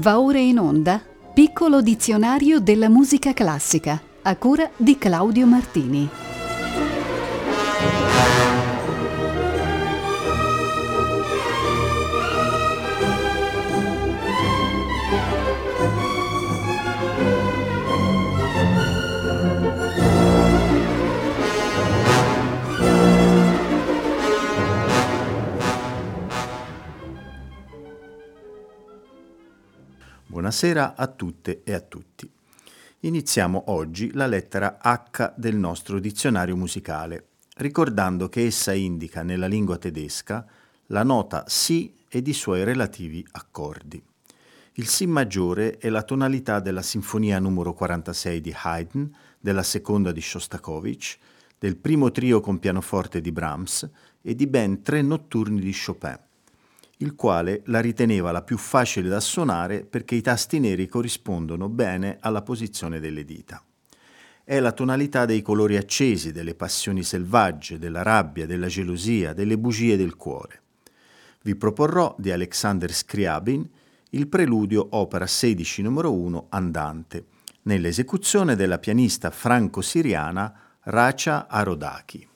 Va ora in onda Piccolo dizionario della musica classica, a cura di Claudio Martini. Buonasera a tutte e a tutti. Iniziamo oggi la lettera H del nostro dizionario musicale, ricordando che essa indica nella lingua tedesca la nota Si ed i suoi relativi accordi. Il Si maggiore è la tonalità della Sinfonia numero 46 di Haydn, della seconda di Shostakovich, del primo trio con pianoforte di Brahms e di ben 3 notturni di Chopin, il quale la riteneva la più facile da suonare perché i tasti neri corrispondono bene alla posizione delle dita. È la tonalità dei colori accesi, delle passioni selvagge, della rabbia, della gelosia, delle bugie del cuore. Vi proporrò di Alexander Scriabin il preludio opera 16 numero 1 andante, nell'esecuzione della pianista franco-siriana Racha Arodaki.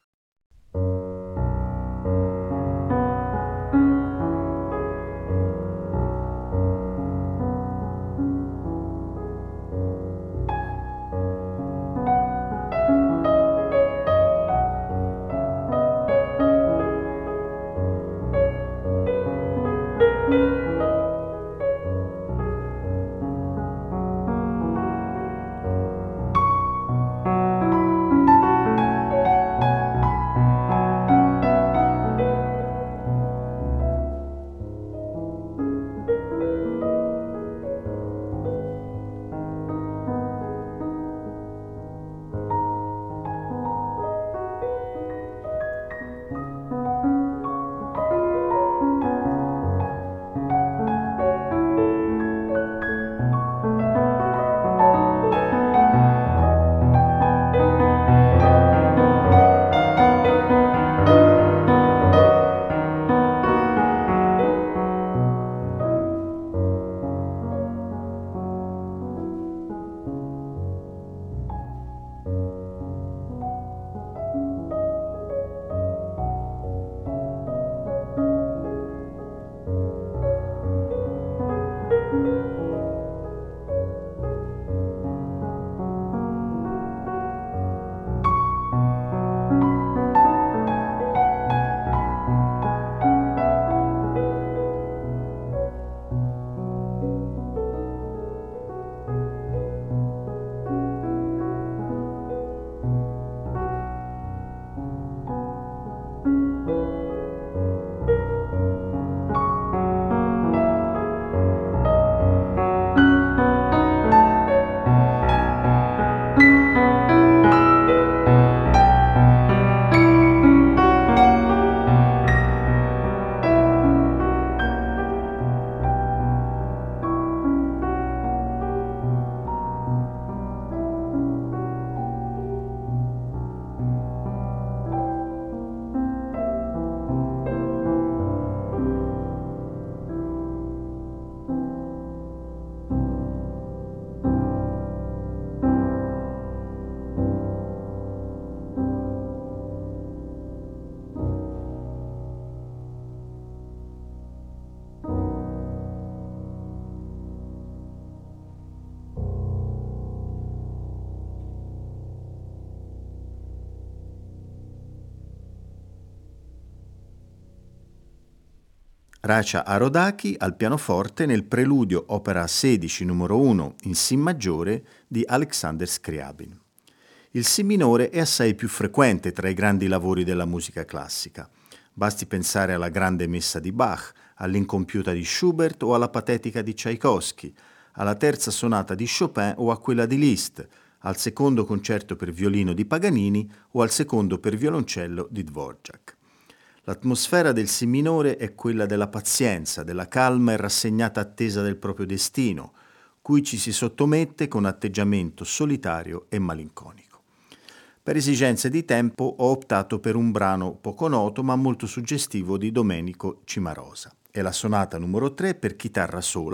Racha Arodaki al pianoforte nel preludio opera 16 numero 1 in Si maggiore di Alexander Scriabin. Il Si minore è assai più frequente tra i grandi lavori della musica classica. Basti pensare alla grande messa di Bach, all'incompiuta di Schubert o alla patetica di Tchaikovsky, alla terza sonata di Chopin o a quella di Liszt, al secondo concerto per violino di Paganini o al secondo per violoncello di Dvorak. L'atmosfera del Si minore è quella della pazienza, della calma e rassegnata attesa del proprio destino, cui ci si sottomette con atteggiamento solitario e malinconico. Per esigenze di tempo ho optato per un brano poco noto ma molto suggestivo di Domenico Cimarosa. È la sonata numero 3 per chitarra sola,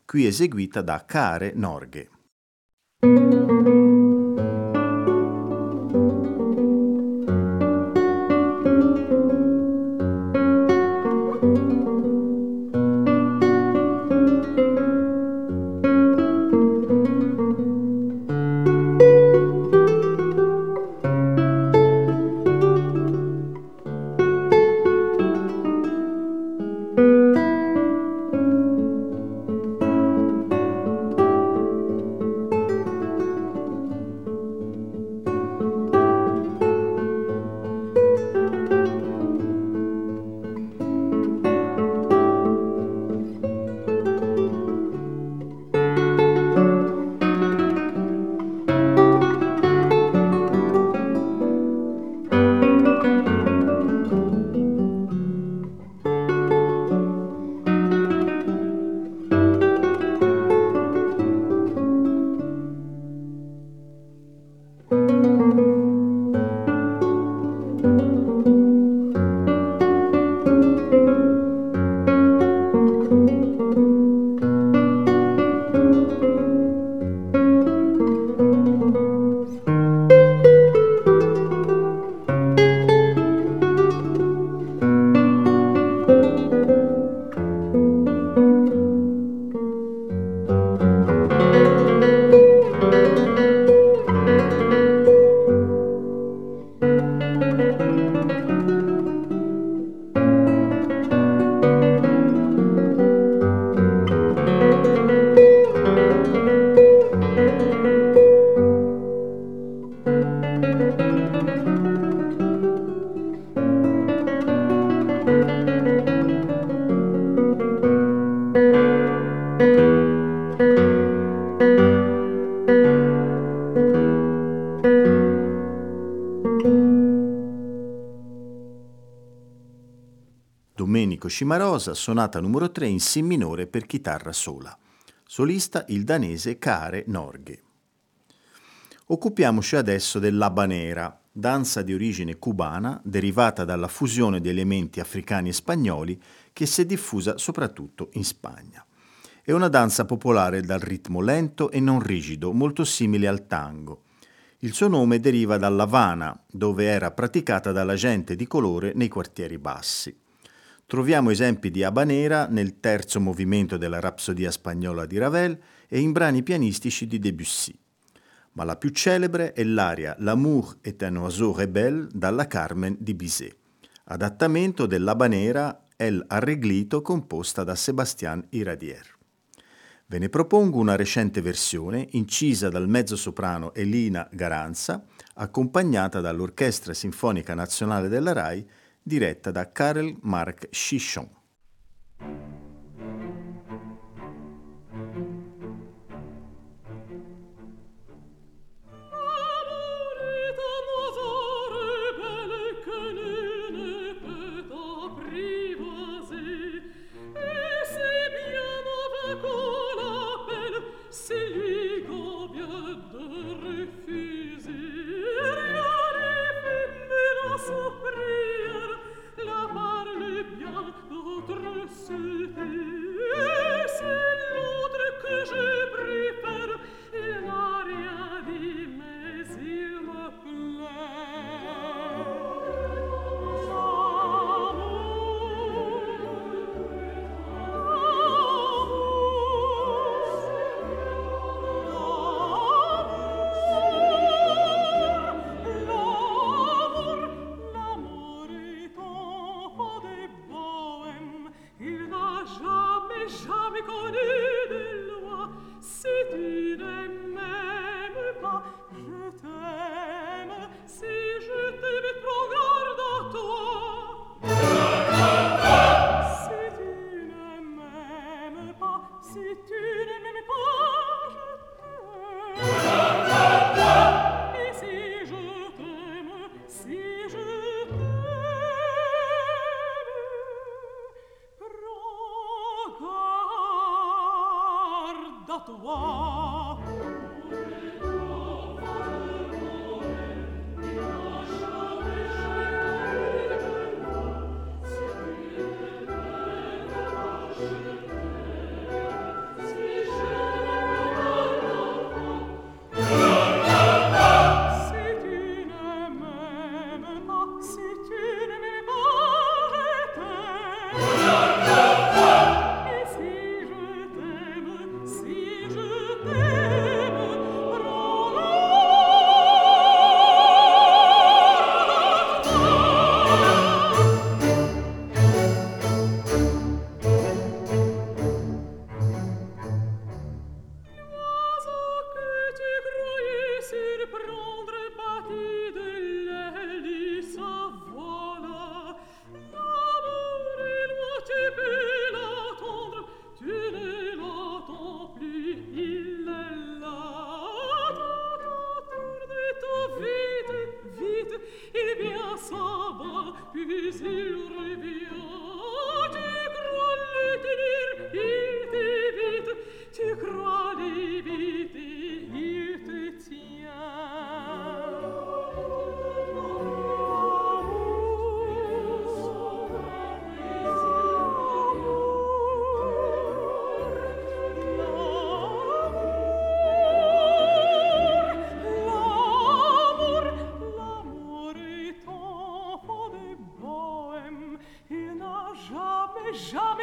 qui eseguita da Kare Norge. Domenico Cimarosa, sonata numero 3 in Si minore per chitarra sola. Solista il danese Kare Norge. Occupiamoci adesso dell'habanera, danza di origine cubana derivata dalla fusione di elementi africani e spagnoli che si è diffusa soprattutto in Spagna. È una danza popolare dal ritmo lento e non rigido, molto simile al tango. Il suo nome deriva dall'Havana, dove era praticata dalla gente di colore nei quartieri bassi. Troviamo esempi di habanera nel terzo movimento della Rapsodia spagnola di Ravel e in brani pianistici di Debussy. Ma la più celebre è l'aria L'amour est un oiseau rebelle dalla Carmen di Bizet, adattamento dell'habanera El Arreglito composta da Sébastien Iradier. Ve ne propongo una recente versione incisa dal mezzosoprano Elina Garanza, accompagnata dall'Orchestra Sinfonica Nazionale della RAI, diretta da Karel Marc Chichon.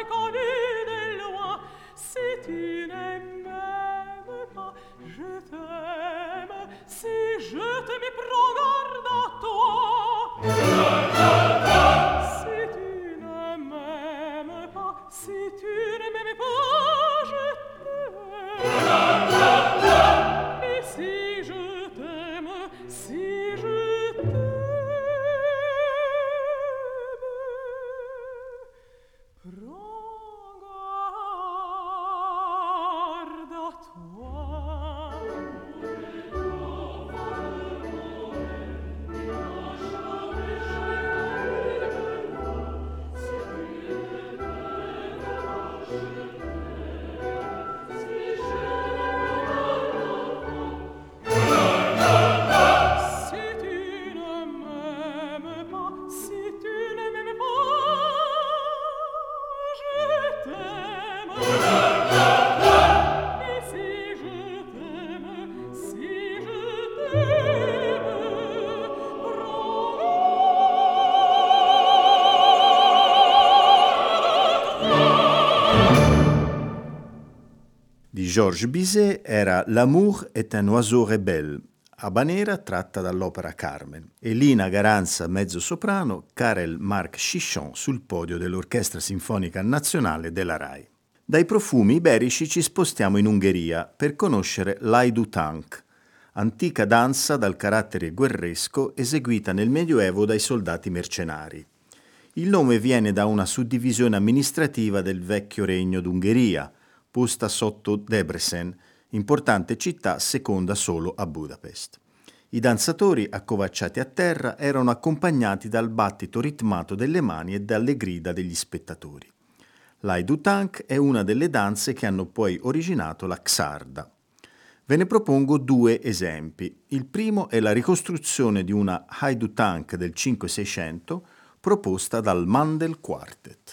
Georges Bizet era L'amour est un oiseau rebelle, habanera tratta dall'opera Carmen, e Lina Garanza mezzosoprano, Karel Marc Chichon sul podio dell'Orchestra Sinfonica Nazionale della RAI. Dai profumi iberici ci spostiamo in Ungheria per conoscere l'Hajdú-tánc, antica danza dal carattere guerresco eseguita nel Medioevo dai soldati mercenari. Il nome viene da una suddivisione amministrativa del vecchio regno d'Ungheria, posta sotto Debrecen, importante città seconda solo a Budapest. I danzatori, accovacciati a terra, erano accompagnati dal battito ritmato delle mani e dalle grida degli spettatori. L'Hajdú-tánc è una delle danze che hanno poi originato la Xarda. Ve ne propongo due esempi. Il primo è la ricostruzione di una Hajdú-tánc del 5-600 proposta dal Mandel Quartet.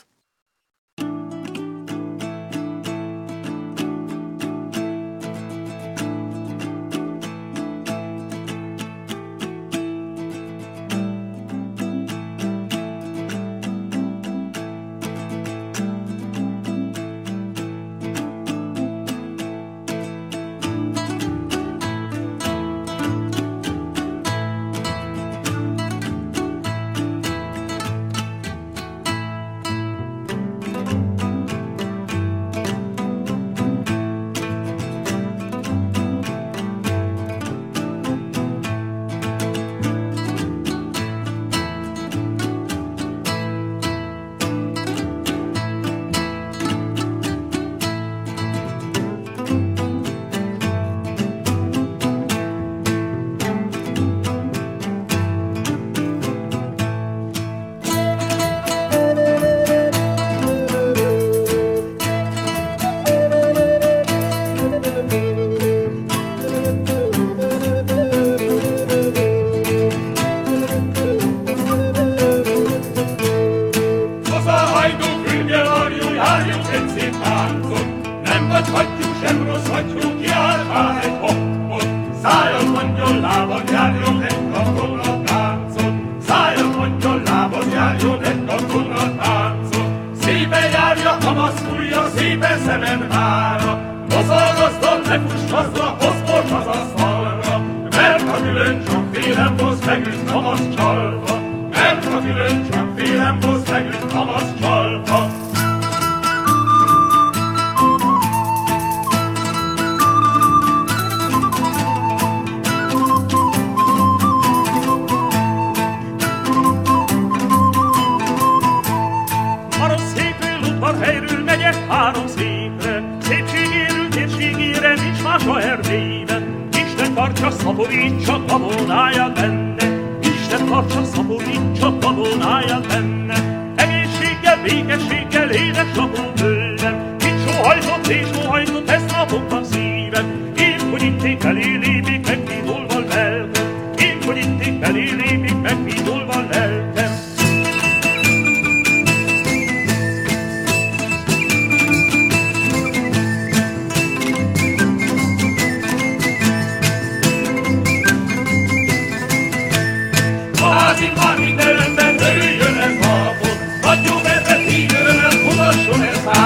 Hagyjuk ebbe tígőrömet, mutasson ez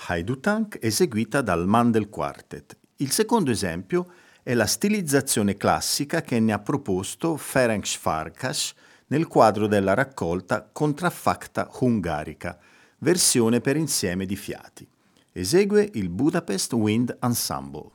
Hajduk eseguita dal Mandel Quartet. Il secondo esempio è la stilizzazione classica che ne ha proposto Ferenc Farkas nel quadro della raccolta Contraffacta Hungarica, versione per insieme di fiati. Esegue il Budapest Wind Ensemble.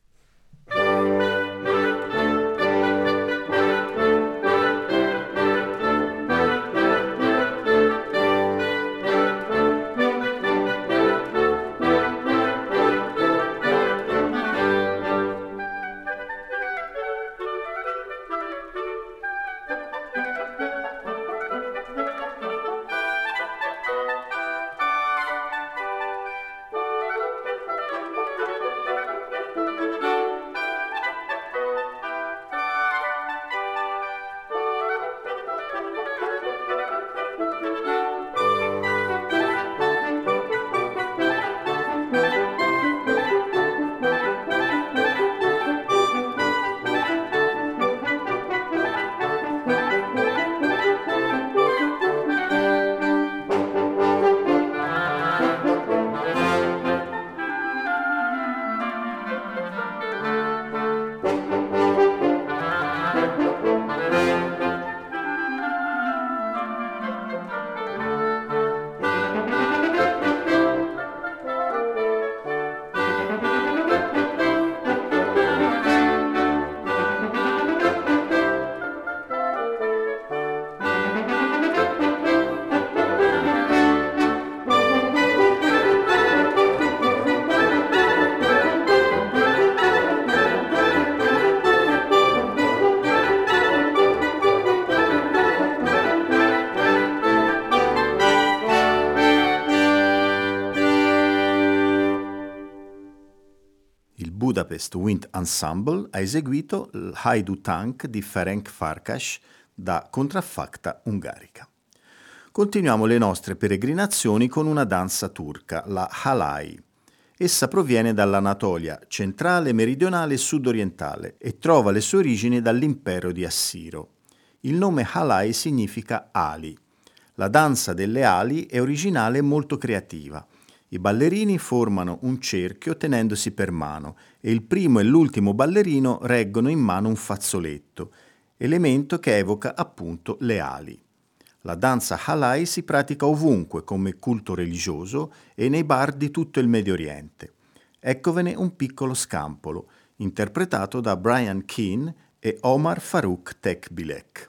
Budapest Wind Ensemble ha eseguito l'Hajduk di Ferenc Farkas da Contraffacta Ungarica. Continuiamo le nostre peregrinazioni con una danza turca, la Halay. Essa proviene dall'Anatolia centrale, meridionale e sudorientale e trova le sue origini dall'impero di Assiro. Il nome Halay significa ali. La danza delle ali è originale e molto creativa. I ballerini formano un cerchio tenendosi per mano e il primo e l'ultimo ballerino reggono in mano un fazzoletto, elemento che evoca appunto le ali. La danza Halay si pratica ovunque come culto religioso e nei bar di tutto il Medio Oriente. Eccovene un piccolo scampolo, interpretato da Brian Keane e Omar Farouk Tekbilek.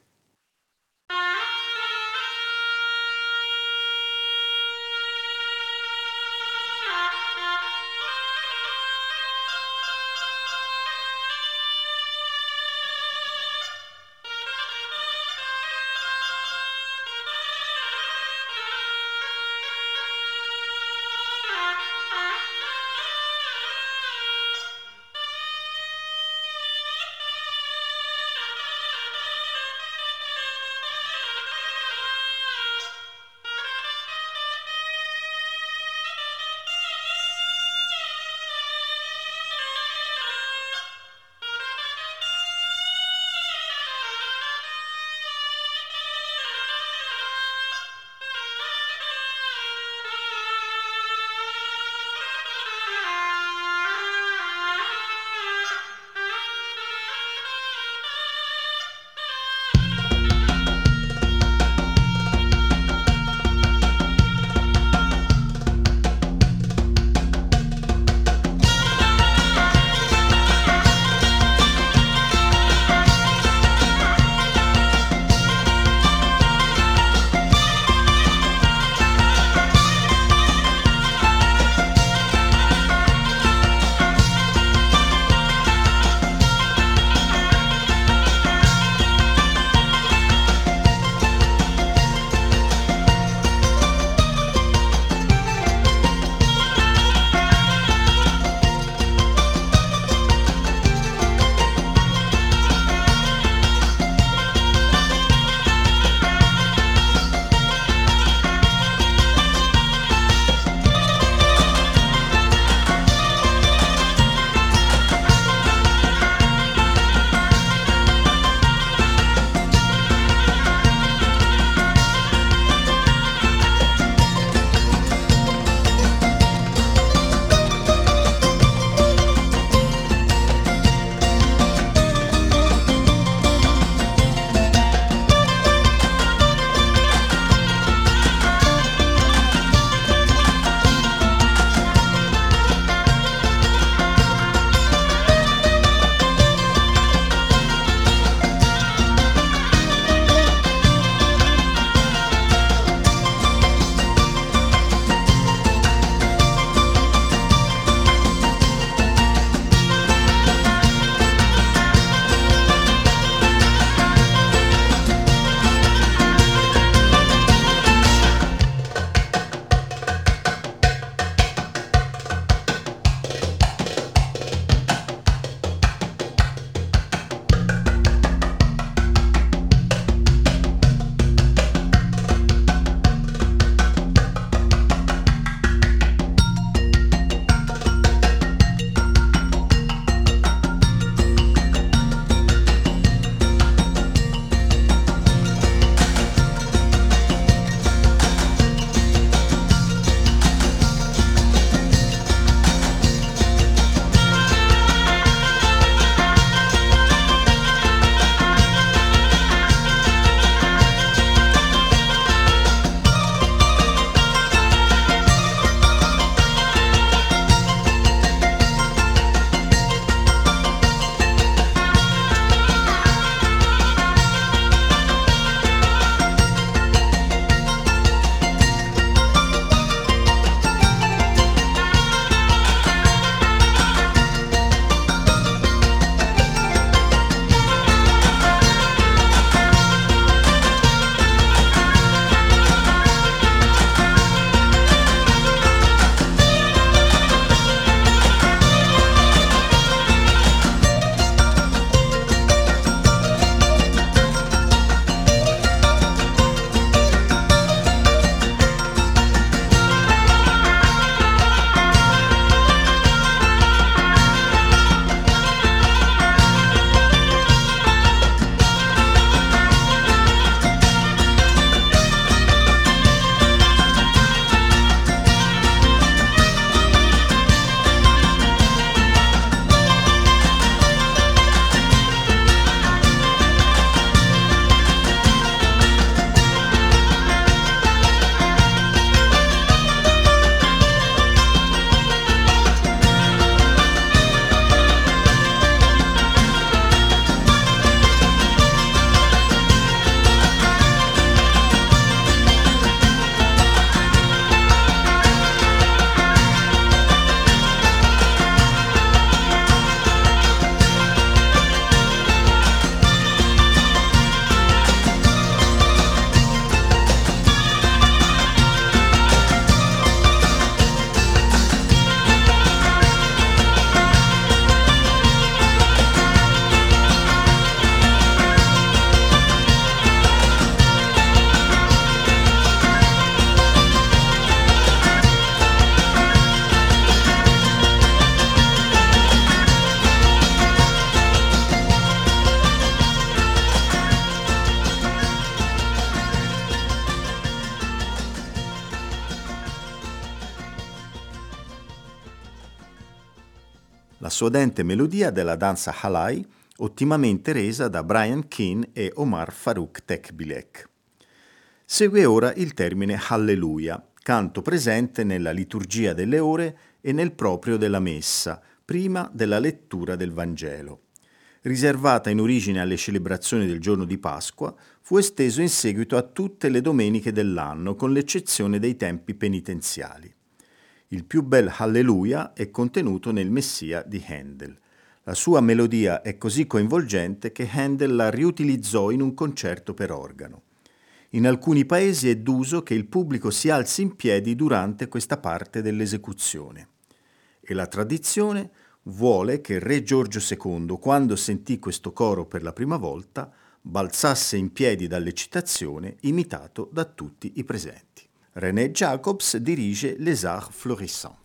la suadente melodia della danza halai, ottimamente resa da Brian Keane e Omar Farouk Tekbilek. Segue ora il termine Alleluia, canto presente nella liturgia delle ore e nel proprio della messa, prima della lettura del Vangelo. Riservata in origine alle celebrazioni del giorno di Pasqua, fu esteso in seguito a tutte le domeniche dell'anno, con l'eccezione dei tempi penitenziali. Il più bel Alleluia è contenuto nel Messia di Handel. La sua melodia è così coinvolgente che Handel la riutilizzò in un concerto per organo. In alcuni paesi è d'uso che il pubblico si alzi in piedi durante questa parte dell'esecuzione. E la tradizione vuole che Re Giorgio II, quando sentì questo coro per la prima volta, balzasse in piedi dall'eccitazione, imitato da tutti i presenti. René Jacobs dirige Les Arts Florissants.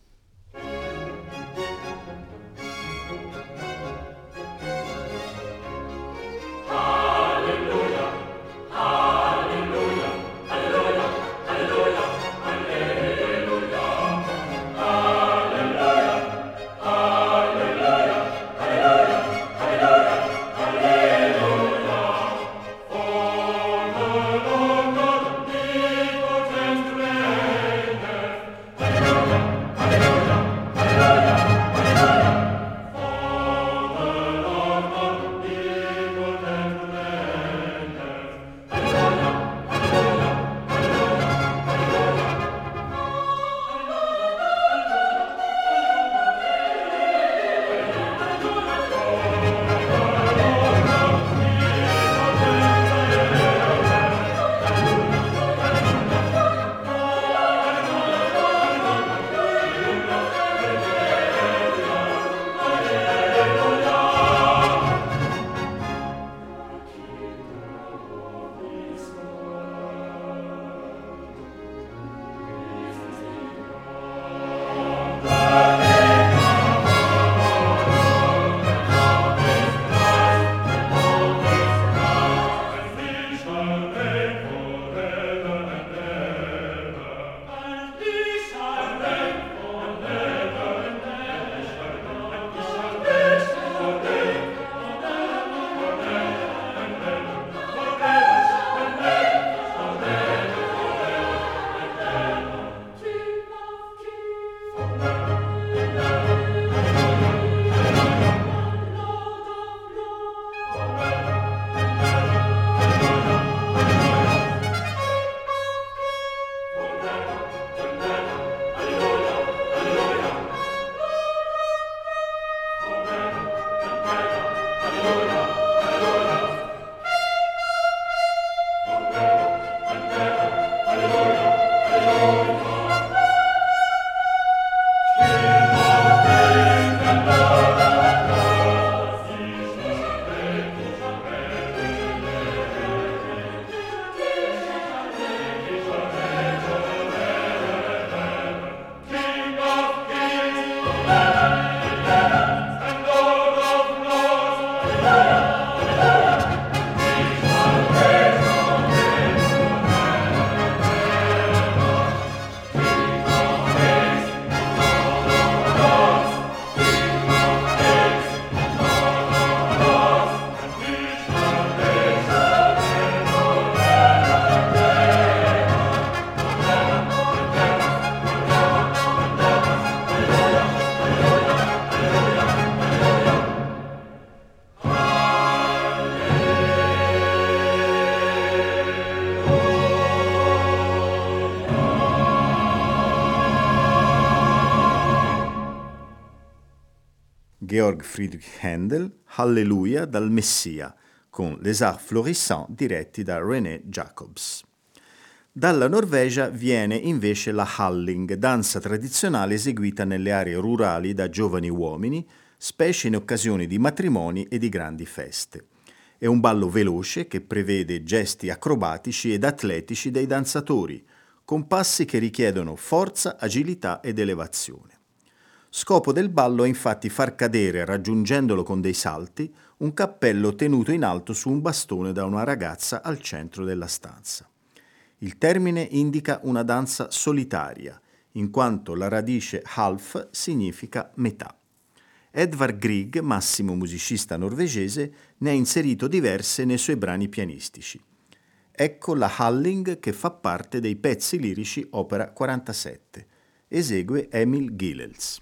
Georg Friedrich Händel, Alleluia dal Messia, con Les Arts Florissants diretti da René Jacobs. Dalla Norvegia viene invece la Halling, danza tradizionale eseguita nelle aree rurali da giovani uomini, specie in occasione di matrimoni e di grandi feste. È un ballo veloce che prevede gesti acrobatici ed atletici dei danzatori, con passi che richiedono forza, agilità ed elevazione. Scopo del ballo è infatti far cadere, raggiungendolo con dei salti, un cappello tenuto in alto su un bastone da una ragazza al centro della stanza. Il termine indica una danza solitaria, in quanto la radice half significa metà. Edvard Grieg, massimo musicista norvegese, ne ha inserito diverse nei suoi brani pianistici. Ecco la Halling che fa parte dei pezzi lirici opera 47. Esegue Emil Gilels.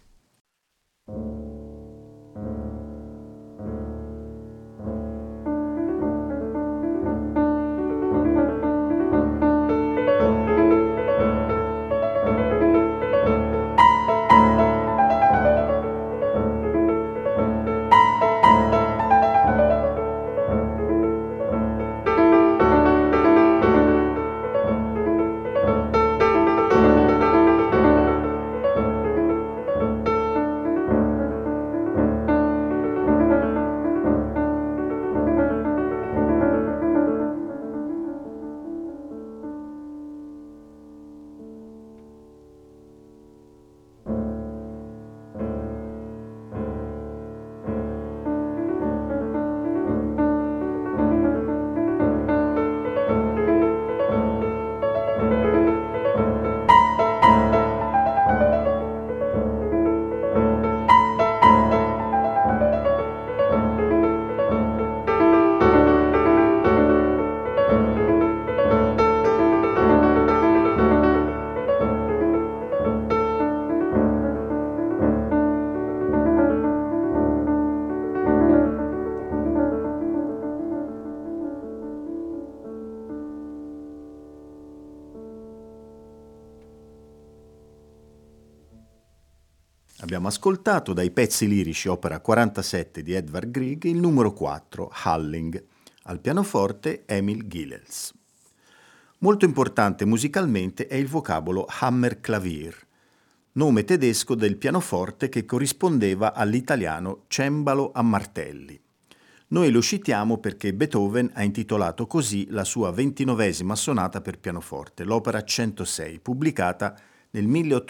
Abbiamo ascoltato dai pezzi lirici opera 47 di Edvard Grieg il numero 4, Halling, al pianoforte Emil Gilels. Molto importante musicalmente è il vocabolo Hammerklavier, nome tedesco del pianoforte che corrispondeva all'italiano cembalo a martelli. Noi lo citiamo perché Beethoven ha intitolato così la sua 29esima sonata per pianoforte, l'opera 106, pubblicata nel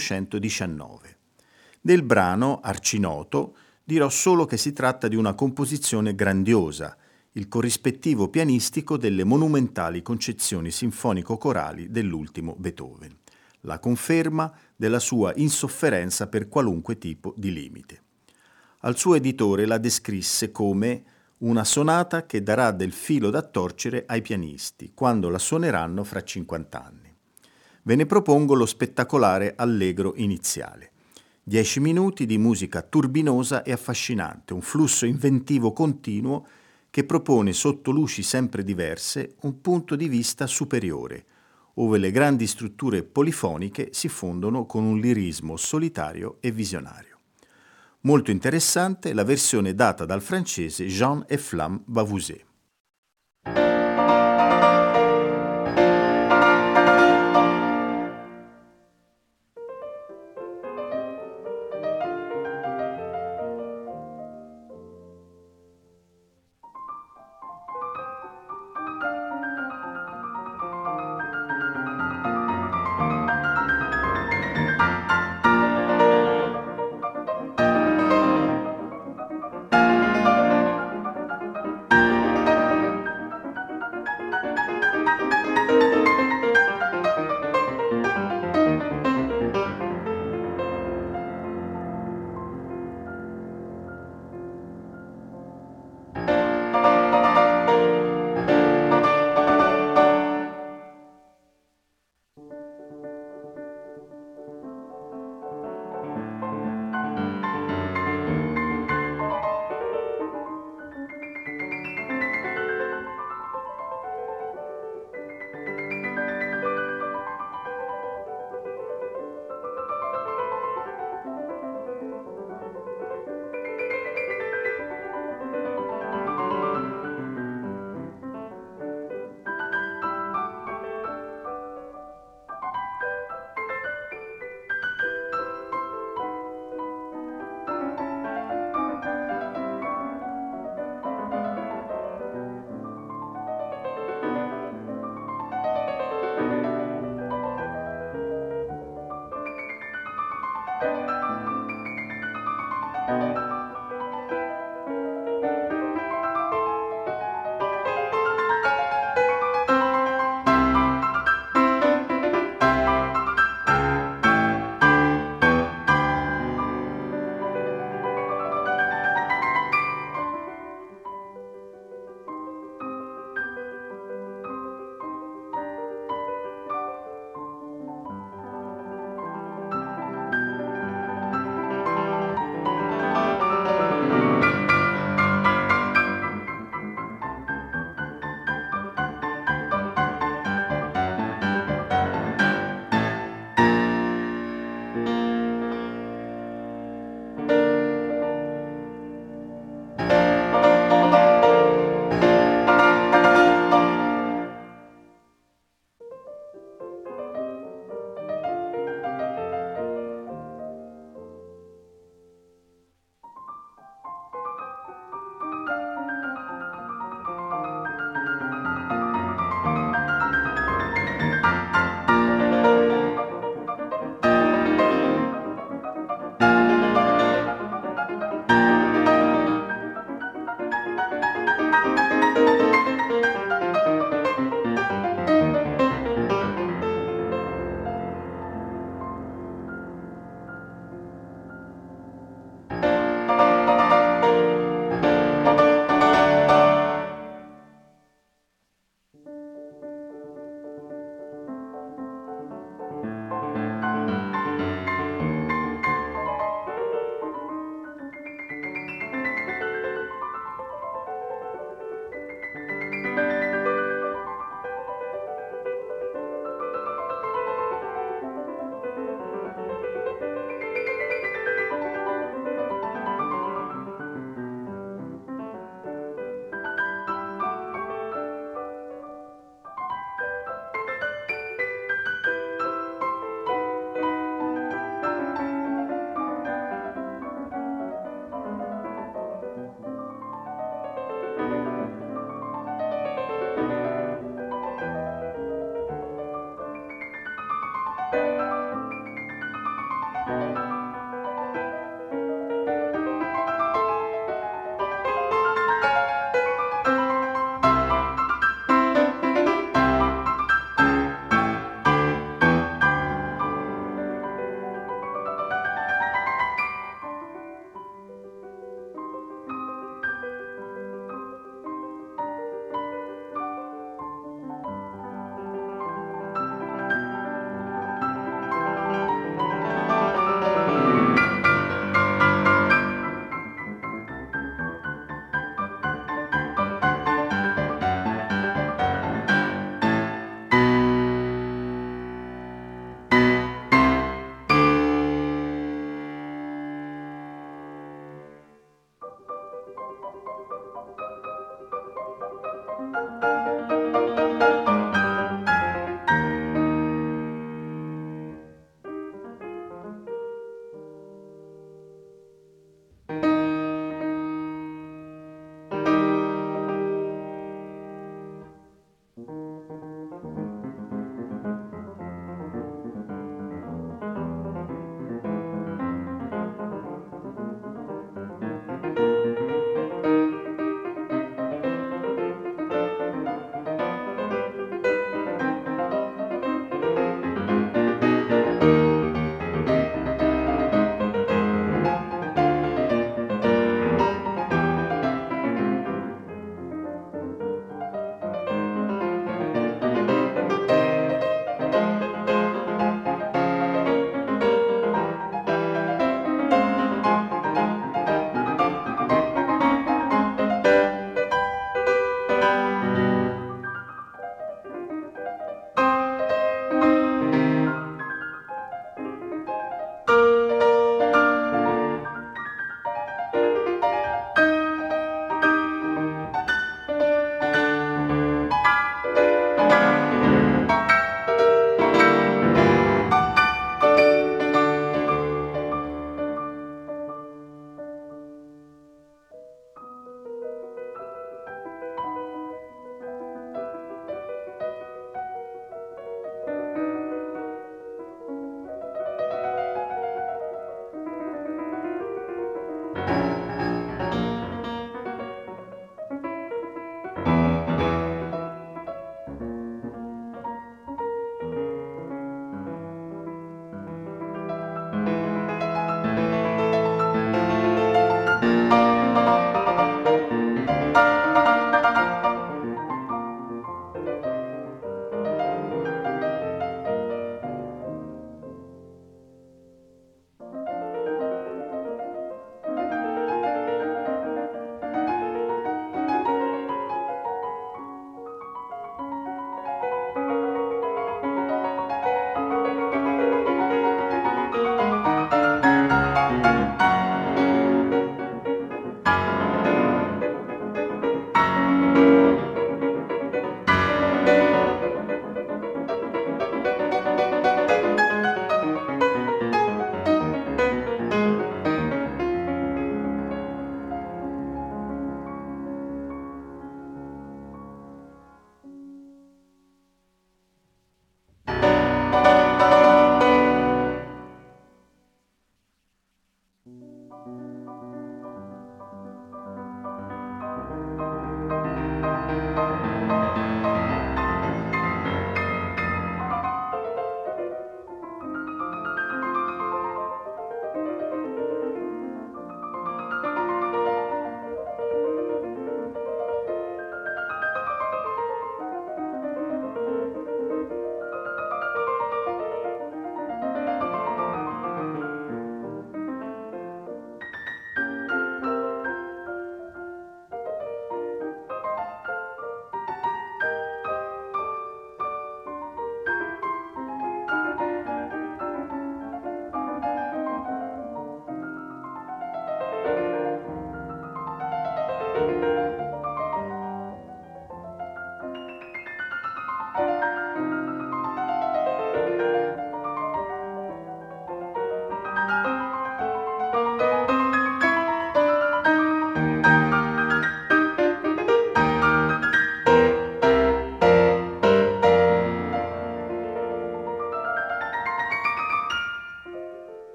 1819. Del brano, arcinoto, dirò solo che si tratta di una composizione grandiosa, il corrispettivo pianistico delle monumentali concezioni sinfonico-corali dell'ultimo Beethoven, la conferma della sua insofferenza per qualunque tipo di limite. Al suo editore la descrisse come una sonata che darà del filo da torcere ai pianisti quando la suoneranno fra 50 anni. Ve ne propongo lo spettacolare allegro iniziale. 10 minuti di musica turbinosa e affascinante, un flusso inventivo continuo che propone sotto luci sempre diverse un punto di vista superiore, ove le grandi strutture polifoniche si fondono con un lirismo solitario e visionario. Molto interessante la versione data dal francese Jean-Efflam Bavouzet.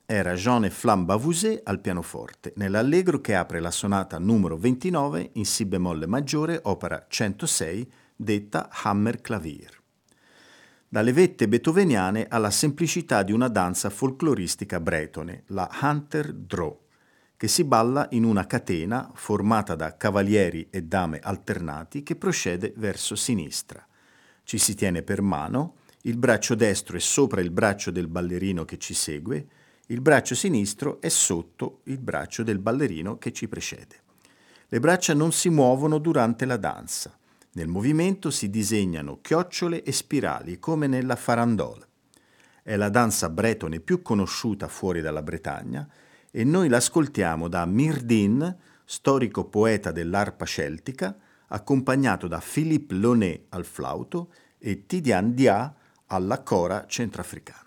era Jean Flamme-Bavouzet al pianoforte, nell'allegro che apre la sonata numero 29 in Si bemolle maggiore, opera 106, detta Hammerklavier. Dalle vette beethoveniane alla semplicità di una danza folcloristica bretone, la Hunterdroe, che si balla in una catena formata da cavalieri e dame alternati che procede verso sinistra. Ci si tiene per mano, il braccio destro è sopra il braccio del ballerino che ci segue, il braccio sinistro è sotto il braccio del ballerino che ci precede. Le braccia non si muovono durante la danza. Nel movimento si disegnano chiocciole e spirali come nella farandole. È la danza bretone più conosciuta fuori dalla Bretagna e noi l'ascoltiamo da Myrdhin, storico poeta dell'arpa celtica, accompagnato da Philippe Launay al flauto e Tidiane Dia alla cora centrafricana.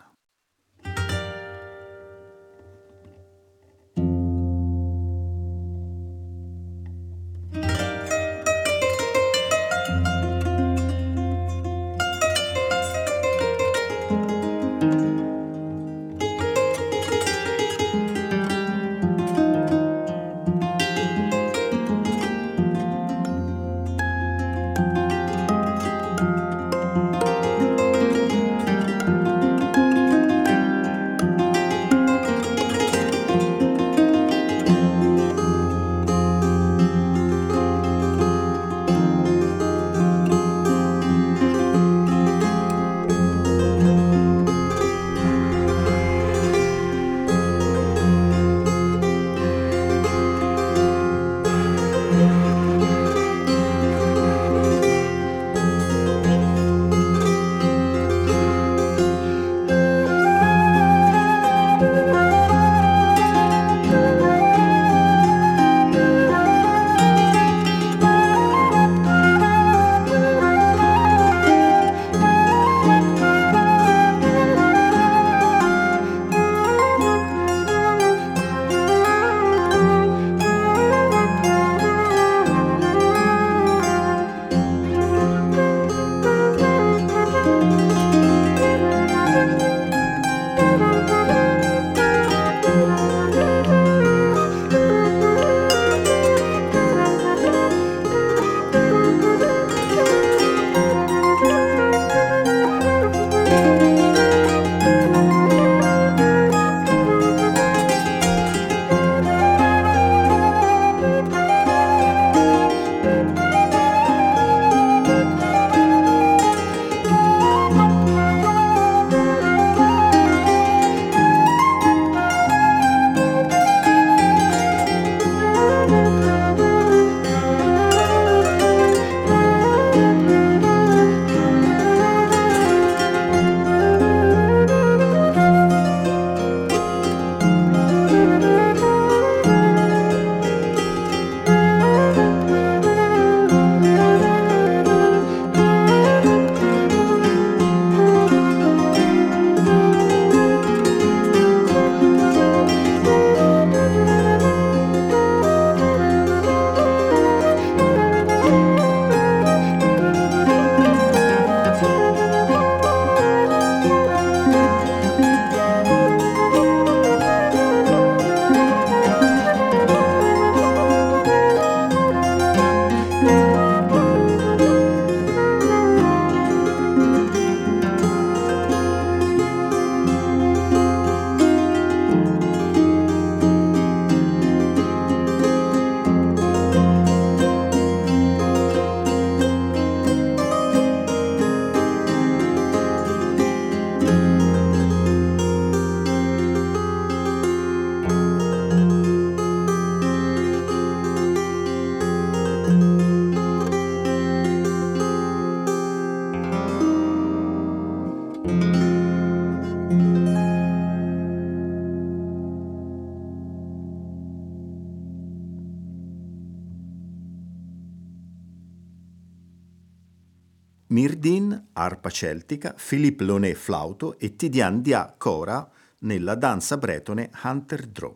Myrdhin, arpa celtica, Philippe Launay, flauto e Tidiane Dia, cora, nella danza bretone Hunterdroe.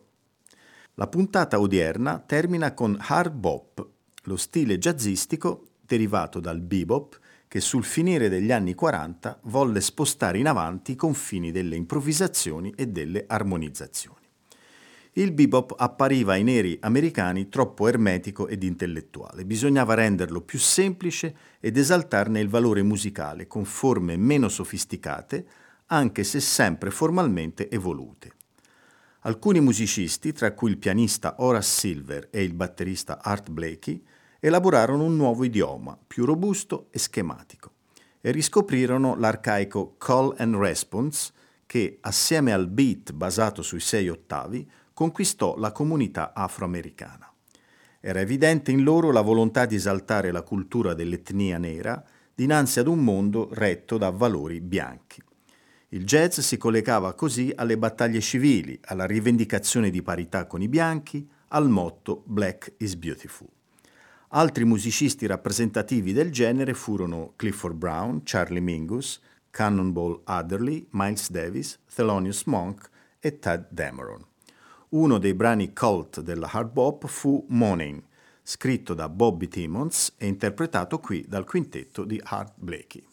La puntata odierna termina con hard bop, lo stile jazzistico derivato dal bebop che sul finire degli anni 40 volle spostare in avanti i confini delle improvvisazioni e delle armonizzazioni. Il bebop appariva ai neri americani troppo ermetico ed intellettuale, bisognava renderlo più semplice ed esaltarne il valore musicale con forme meno sofisticate, anche se sempre formalmente evolute. Alcuni musicisti, tra cui il pianista Horace Silver e il batterista Art Blakey, elaborarono un nuovo idioma, più robusto e schematico, e riscoprirono l'arcaico call and response che, assieme al beat basato sui 6 ottavi, conquistò la comunità afroamericana. Era evidente in loro la volontà di esaltare la cultura dell'etnia nera dinanzi ad un mondo retto da valori bianchi. Il jazz si collegava così alle battaglie civili, alla rivendicazione di parità con i bianchi, al motto Black is Beautiful. Altri musicisti rappresentativi del genere furono Clifford Brown, Charlie Mingus, Cannonball Adderley, Miles Davis, Thelonious Monk e Tadd Dameron. Uno dei brani cult della hard bop fu Morning, scritto da Bobby Timmons e interpretato qui dal quintetto di Art Blakey.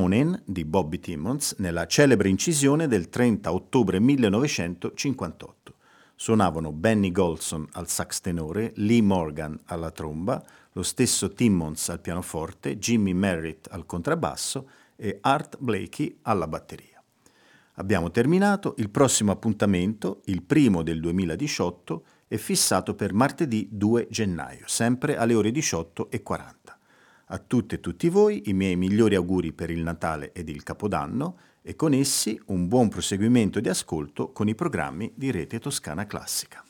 Yawnin di Bobby Timmons nella celebre incisione del 30 ottobre 1958. Suonavano Benny Golson al sax tenore, Lee Morgan alla tromba, lo stesso Timmons al pianoforte, Jimmy Merritt al contrabbasso e Art Blakey alla batteria. Abbiamo terminato, il prossimo appuntamento, il primo del 2018, è fissato per martedì 2 gennaio, sempre alle ore 18:40. A tutte e tutti voi i miei migliori auguri per il Natale ed il Capodanno e con essi un buon proseguimento di ascolto con i programmi di Rete Toscana Classica.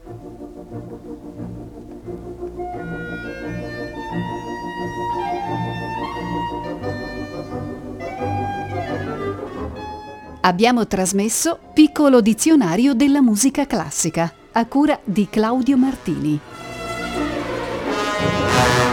Abbiamo trasmesso Piccolo dizionario della musica classica, a cura di Claudio Martini.